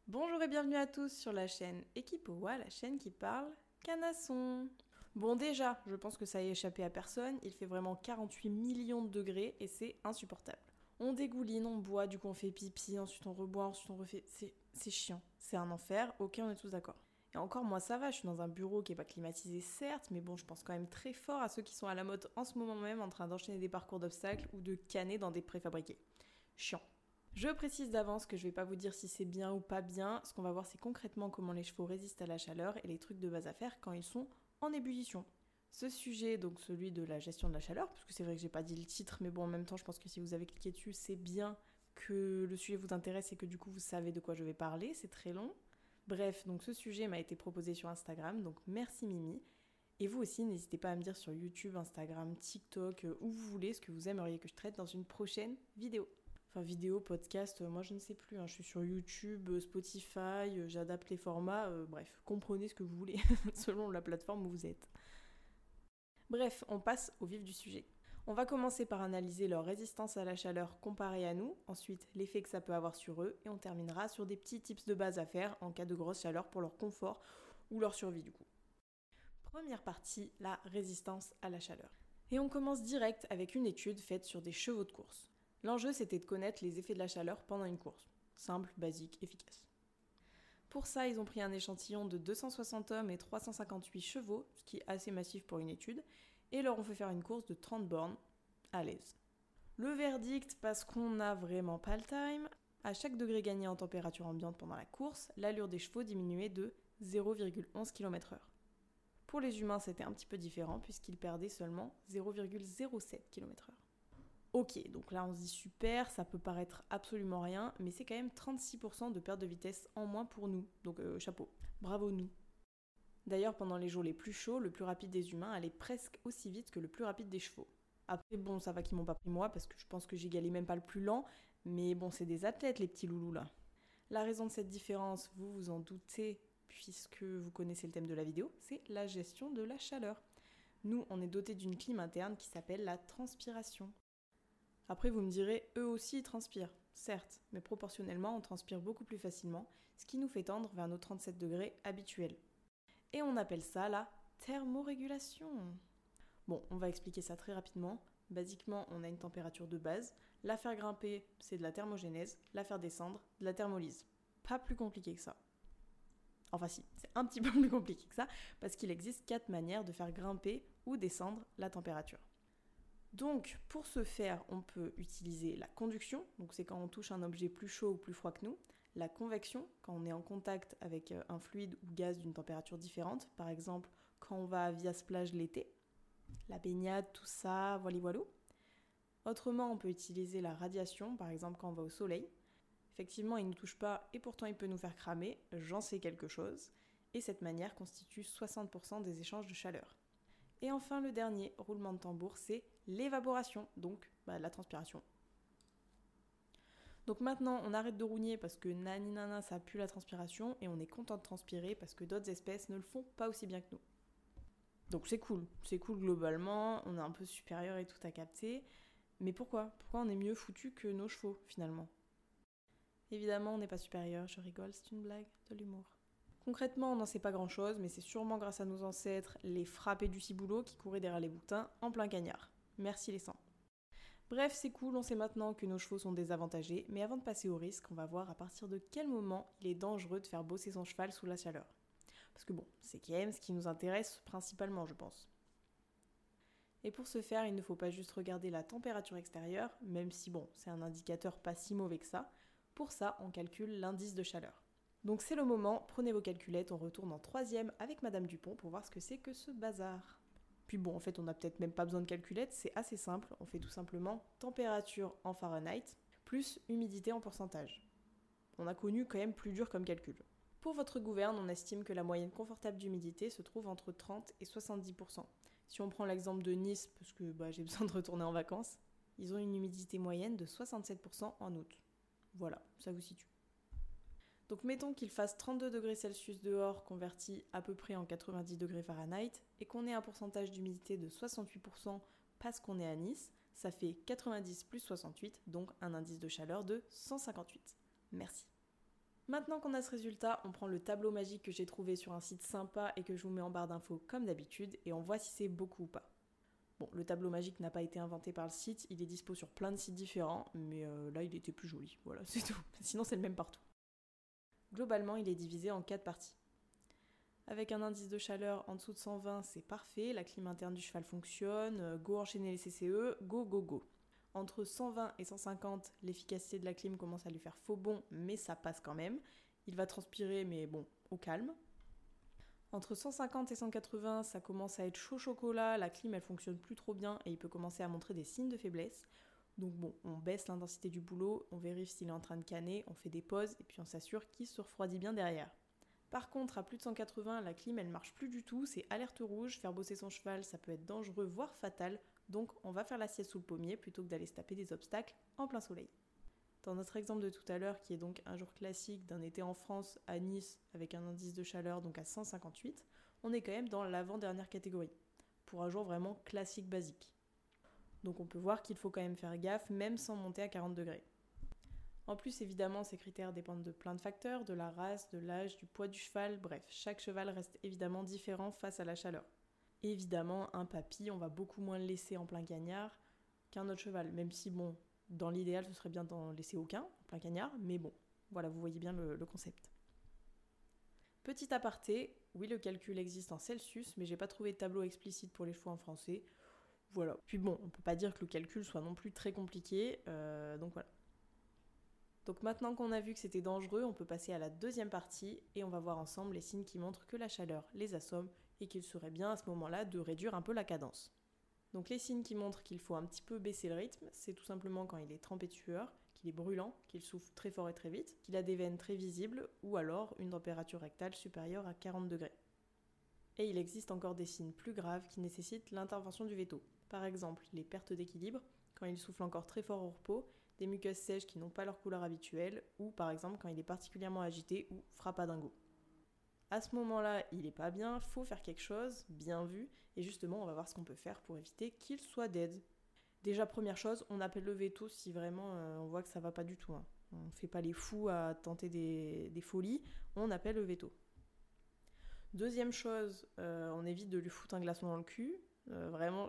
Bonjour et bienvenue à tous sur la chaîne Equipowa, la chaîne qui parle canasson. Bon déjà, je pense que ça ait échappé à personne, il fait vraiment 48 millions de degrés et c'est insupportable. On dégouline, on boit, du coup on fait pipi, ensuite on reboit, ensuite on refait... C'est chiant, c'est un enfer, ok on est tous d'accord. Et encore moi ça va, je suis dans un bureau qui est pas climatisé certes, mais bon je pense quand même très fort à ceux qui sont à la mode en ce moment même en train d'enchaîner des parcours d'obstacles ou de canner dans des préfabriqués. Chiant. Je précise d'avance que je vais pas vous dire si c'est bien ou pas bien, ce qu'on va voir c'est concrètement comment les chevaux résistent à la chaleur et les trucs de base à faire quand ils sont en ébullition. Ce sujet, donc celui de la gestion de la chaleur, parce que c'est vrai que j'ai pas dit le titre, mais bon en même temps je pense que si vous avez cliqué dessus, c'est bien que le sujet vous intéresse et que du coup vous savez de quoi je vais parler, c'est très long. Bref, donc ce sujet m'a été proposé sur Instagram, donc merci Mimi. Et vous aussi, n'hésitez pas à me dire sur YouTube, Instagram, TikTok, où vous voulez ce que vous aimeriez que je traite dans une prochaine vidéo. Enfin, vidéo, podcast, moi je ne sais plus. Je suis sur YouTube, Spotify, j'adapte les formats. Bref, comprenez ce que vous voulez selon la plateforme où vous êtes. Bref, on passe au vif du sujet. On va commencer par analyser leur résistance à la chaleur comparée à nous, ensuite l'effet que ça peut avoir sur eux, et on terminera sur des petits tips de base à faire en cas de grosse chaleur pour leur confort ou leur survie du coup. Première partie, la résistance à la chaleur. Et on commence direct avec une étude faite sur des chevaux de course. L'enjeu, c'était de connaître les effets de la chaleur pendant une course. Simple, basique, efficace. Pour ça, ils ont pris un échantillon de 260 hommes et 358 chevaux, ce qui est assez massif pour une étude, et leur ont fait faire une course de 30 bornes, à l'aise. Le verdict, parce qu'on n'a vraiment pas le time, à chaque degré gagné en température ambiante pendant la course, l'allure des chevaux diminuait de 0,11 km/h. Pour les humains, c'était un petit peu différent, puisqu'ils perdaient seulement 0,07 km/h. Ok, donc là on se dit super, ça peut paraître absolument rien, mais c'est quand même 36% de perte de vitesse en moins pour nous, donc chapeau, bravo nous. D'ailleurs, pendant les jours les plus chauds, le plus rapide des humains allait presque aussi vite que le plus rapide des chevaux. Après bon, ça va qu'ils m'ont pas pris moi, parce que je pense que j'égalais même pas le plus lent, mais bon, c'est des athlètes les petits loulous là. La raison de cette différence, vous vous en doutez, puisque vous connaissez le thème de la vidéo, c'est la gestion de la chaleur. Nous, on est dotés d'une clim interne qui s'appelle la transpiration. Après, vous me direz, eux aussi ils transpirent, certes, mais proportionnellement, on transpire beaucoup plus facilement, ce qui nous fait tendre vers nos 37 degrés habituels. Et on appelle ça la thermorégulation. Bon, on va expliquer ça très rapidement. Basiquement, on a une température de base. La faire grimper, c'est de la thermogénèse. La faire descendre, de la thermolyse. Pas plus compliqué que ça. Enfin si, c'est un petit peu plus compliqué que ça, parce qu'il existe 4 manières de faire grimper ou descendre la température. Donc, pour ce faire, on peut utiliser la conduction, donc c'est quand on touche un objet plus chaud ou plus froid que nous, la convection, quand on est en contact avec un fluide ou gaz d'une température différente, par exemple quand on va à Vias plage l'été, la baignade, tout ça, voilà. Autrement, on peut utiliser la radiation, par exemple quand on va au soleil. Effectivement, il ne nous touche pas et pourtant il peut nous faire cramer, j'en sais quelque chose, et cette manière constitue 60% des échanges de chaleur. Et enfin, le dernier roulement de tambour, c'est l'évaporation, donc la transpiration. Donc maintenant, on arrête de rougner parce que nani nana, ça pue la transpiration, et on est content de transpirer parce que d'autres espèces ne le font pas aussi bien que nous. Donc c'est cool globalement, on est un peu supérieur et tout à capter. Mais pourquoi on est mieux foutu que nos chevaux finalement? Évidemment, on n'est pas supérieur, je rigole, c'est une blague, de l'humour. Concrètement, on n'en sait pas grand-chose, mais c'est sûrement grâce à nos ancêtres, les frappés du ciboulot qui couraient derrière les boutins en plein cagnard. Merci les sangs. Bref, c'est cool, on sait maintenant que nos chevaux sont désavantagés, mais avant de passer au risque, on va voir à partir de quel moment il est dangereux de faire bosser son cheval sous la chaleur. Parce que bon, c'est quand même ce qui nous intéresse principalement, je pense. Et pour ce faire, il ne faut pas juste regarder la température extérieure, même si bon, c'est un indicateur pas si mauvais que ça. Pour ça, on calcule l'indice de chaleur. Donc c'est le moment, prenez vos calculettes, on retourne en 3e avec Madame Dupont pour voir ce que c'est que ce bazar. Puis bon, en fait, on n'a peut-être même pas besoin de calculettes, c'est assez simple, on fait tout simplement température en Fahrenheit plus humidité en pourcentage. On a connu quand même plus dur comme calcul. Pour votre gouverne, on estime que la moyenne confortable d'humidité se trouve entre 30 et 70%. Si on prend l'exemple de Nice, parce que j'ai besoin de retourner en vacances, ils ont une humidité moyenne de 67% en août. Voilà, ça vous situe. Donc mettons qu'il fasse 32 degrés Celsius dehors, converti à peu près en 90 degrés Fahrenheit, et qu'on ait un pourcentage d'humidité de 68% parce qu'on est à Nice, ça fait 90 plus 68, donc un indice de chaleur de 158. Merci. Maintenant qu'on a ce résultat, on prend le tableau magique que j'ai trouvé sur un site sympa et que je vous mets en barre d'infos comme d'habitude et on voit si c'est beaucoup ou pas. Bon, le tableau magique n'a pas été inventé par le site, il est dispo sur plein de sites différents, mais là il était plus joli, voilà, c'est tout. Sinon c'est le même partout. Globalement, il est divisé en 4 parties. Avec un indice de chaleur en dessous de 120, c'est parfait, la clim interne du cheval fonctionne, go enchaîner les CCE, go go go. Entre 120 et 150, l'efficacité de la clim commence à lui faire faux bond, mais ça passe quand même. Il va transpirer, mais bon, au calme. Entre 150 et 180, ça commence à être chaud chocolat, la clim elle fonctionne plus trop bien et il peut commencer à montrer des signes de faiblesse. Donc bon, on baisse l'intensité du boulot, on vérifie s'il est en train de canner, on fait des pauses et puis on s'assure qu'il se refroidit bien derrière. Par contre, à plus de 180, la clim elle marche plus du tout, c'est alerte rouge, faire bosser son cheval ça peut être dangereux voire fatal, donc on va faire la sieste sous le pommier plutôt que d'aller se taper des obstacles en plein soleil. Dans notre exemple de tout à l'heure, qui est donc un jour classique d'un été en France à Nice avec un indice de chaleur donc à 158, on est quand même dans l'avant-dernière catégorie, pour un jour vraiment classique basique. Donc on peut voir qu'il faut quand même faire gaffe même sans monter à 40 degrés. En plus, évidemment, ces critères dépendent de plein de facteurs, de la race, de l'âge, du poids du cheval, bref, chaque cheval reste évidemment différent face à la chaleur. Évidemment, un papy, on va beaucoup moins le laisser en plein cagnard qu'un autre cheval, même si, bon, dans l'idéal, ce serait bien d'en laisser aucun en plein cagnard, mais bon, voilà, vous voyez bien le concept. Petit aparté, oui, le calcul existe en Celsius, mais j'ai pas trouvé de tableau explicite pour les chevaux en français. Voilà. Puis bon, on peut pas dire que le calcul soit non plus très compliqué, donc voilà. Donc maintenant qu'on a vu que c'était dangereux, on peut passer à la deuxième partie et on va voir ensemble les signes qui montrent que la chaleur les assomme et qu'il serait bien à ce moment-là de réduire un peu la cadence. Donc les signes qui montrent qu'il faut un petit peu baisser le rythme, c'est tout simplement quand il est trempé de sueur, qu'il est brûlant, qu'il souffle très fort et très vite, qu'il a des veines très visibles ou alors une température rectale supérieure à 40 degrés. Et il existe encore des signes plus graves qui nécessitent l'intervention du veto. Par exemple, les pertes d'équilibre, quand il souffle encore très fort au repos, des muqueuses sèches qui n'ont pas leur couleur habituelle, ou par exemple quand il est particulièrement agité ou frappadingo. À ce moment-là, il est pas bien, faut faire quelque chose, bien vu, et justement on va voir ce qu'on peut faire pour éviter qu'il soit dead. Déjà première chose, on appelle le veto si vraiment on voit que ça va pas du tout. Hein. On fait pas les fous à tenter des folies, on appelle le veto. Deuxième chose, on évite de lui foutre un glaçon dans le cul, vraiment...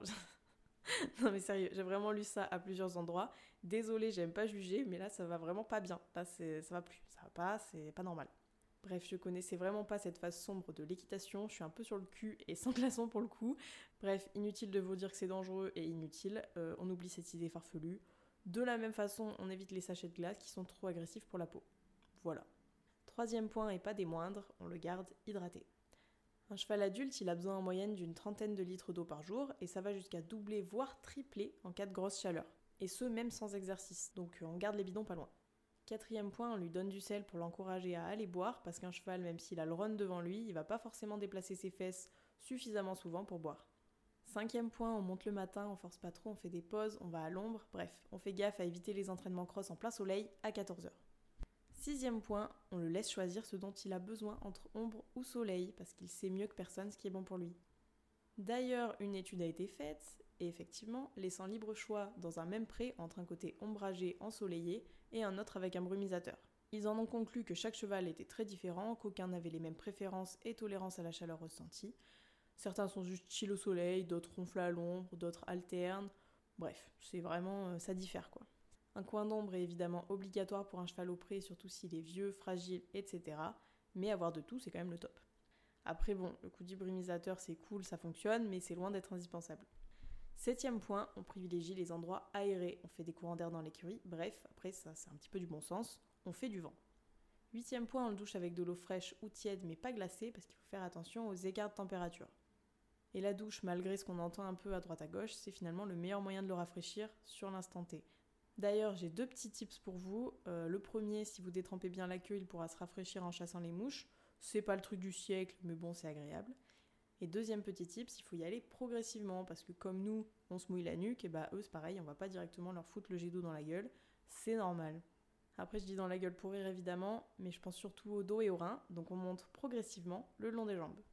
Non mais sérieux, j'ai vraiment lu ça à plusieurs endroits. Désolée, j'aime pas juger, mais là ça va vraiment pas bien. Là ça va plus, ça va pas, c'est pas normal. Bref, je connaissais vraiment pas cette phase sombre de l'équitation, je suis un peu sur le cul et sans glaçon pour le coup. Bref, inutile de vous dire que c'est dangereux et inutile, on oublie cette idée farfelue. De la même façon, on évite les sachets de glace qui sont trop agressifs pour la peau. Voilà. Troisième point et pas des moindres, on le garde hydraté. Un cheval adulte, il a besoin en moyenne d'une 30aine de litres d'eau par jour et ça va jusqu'à doubler voire tripler en cas de grosse chaleur. Et ce, même sans exercice, donc on garde les bidons pas loin. Quatrième point, on lui donne du sel pour l'encourager à aller boire parce qu'un cheval, même s'il a le run devant lui, il va pas forcément déplacer ses fesses suffisamment souvent pour boire. Cinquième point, on monte le matin, on force pas trop, on fait des pauses, on va à l'ombre, bref, on fait gaffe à éviter les entraînements cross en plein soleil à 14h. Sixième point, on le laisse choisir ce dont il a besoin entre ombre ou soleil, parce qu'il sait mieux que personne ce qui est bon pour lui. D'ailleurs, une étude a été faite, et effectivement, laissant libre choix dans un même pré entre un côté ombragé ensoleillé et un autre avec un brumisateur. Ils en ont conclu que chaque cheval était très différent, qu'aucun n'avait les mêmes préférences et tolérances à la chaleur ressentie. Certains sont juste chill au soleil, d'autres ronflent à l'ombre, d'autres alternent. Bref, c'est vraiment... ça diffère quoi. Un coin d'ombre est évidemment obligatoire pour un cheval au pré, surtout s'il est vieux, fragile, etc. Mais avoir de tout, c'est quand même le top. Après bon, le coup du brumisateur c'est cool, ça fonctionne, mais c'est loin d'être indispensable. Septième point, on privilégie les endroits aérés. On fait des courants d'air dans l'écurie, bref, après ça c'est un petit peu du bon sens, on fait du vent. Huitième point, on le douche avec de l'eau fraîche ou tiède mais pas glacée parce qu'il faut faire attention aux écarts de température. Et la douche, malgré ce qu'on entend un peu à droite à gauche, c'est finalement le meilleur moyen de le rafraîchir sur l'instant T. D'ailleurs, j'ai 2 petits tips pour vous. Le premier, si vous détrempez bien la queue, il pourra se rafraîchir en chassant les mouches. C'est pas le truc du siècle, mais bon, c'est agréable. Et deuxième petit tips, il faut y aller progressivement, parce que comme nous, on se mouille la nuque, et bah eux, c'est pareil, on va pas directement leur foutre le jet d'eau dans la gueule. C'est normal. Après, je dis dans la gueule pour rire évidemment, mais je pense surtout au dos et aux reins, donc on monte progressivement le long des jambes.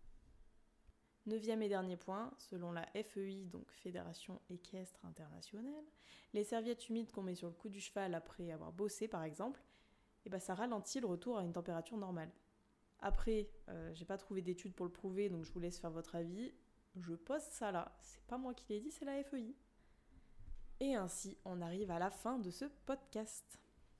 Neuvième et dernier point, selon la FEI, donc Fédération Équestre Internationale, les serviettes humides qu'on met sur le cou du cheval après avoir bossé par exemple, et bah ça ralentit le retour à une température normale. Après, j'ai pas trouvé d'études pour le prouver, donc je vous laisse faire votre avis. Je pose ça là, c'est pas moi qui l'ai dit, c'est la FEI. Et ainsi, on arrive à la fin de ce podcast.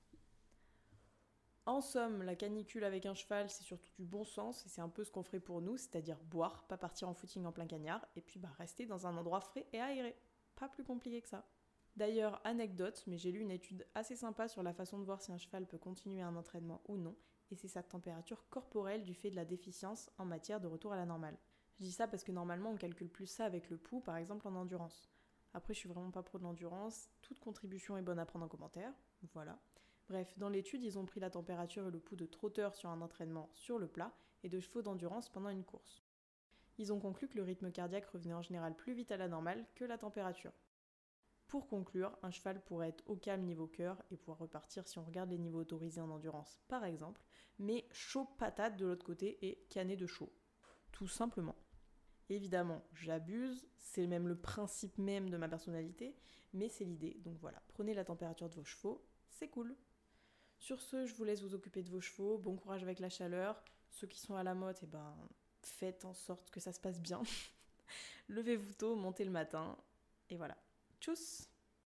En somme, la canicule avec un cheval, c'est surtout du bon sens et c'est un peu ce qu'on ferait pour nous, c'est-à-dire boire, pas partir en footing en plein cagnard, et puis rester dans un endroit frais et aéré. Pas plus compliqué que ça. D'ailleurs, anecdote, mais j'ai lu une étude assez sympa sur la façon de voir si un cheval peut continuer un entraînement ou non, et c'est sa température corporelle du fait de la déficience en matière de retour à la normale. Je dis ça parce que normalement on calcule plus ça avec le pouls, par exemple en endurance. Après, je suis vraiment pas pro de l'endurance, toute contribution est bonne à prendre en commentaire, voilà. Bref, dans l'étude, ils ont pris la température et le pouls de trotteurs sur un entraînement sur le plat et de chevaux d'endurance pendant une course. Ils ont conclu que le rythme cardiaque revenait en général plus vite à la normale que la température. Pour conclure, un cheval pourrait être au calme niveau cœur et pouvoir repartir si on regarde les niveaux autorisés en endurance par exemple, mais chaud patate de l'autre côté et cané de chaud. Tout simplement. Évidemment, j'abuse, c'est même le principe même de ma personnalité, mais c'est l'idée, donc voilà, prenez la température de vos chevaux, c'est cool. Sur ce, je vous laisse vous occuper de vos chevaux, bon courage avec la chaleur, ceux qui sont à la motte, faites en sorte que ça se passe bien. Levez-vous tôt, montez le matin, et voilà. Tchuss!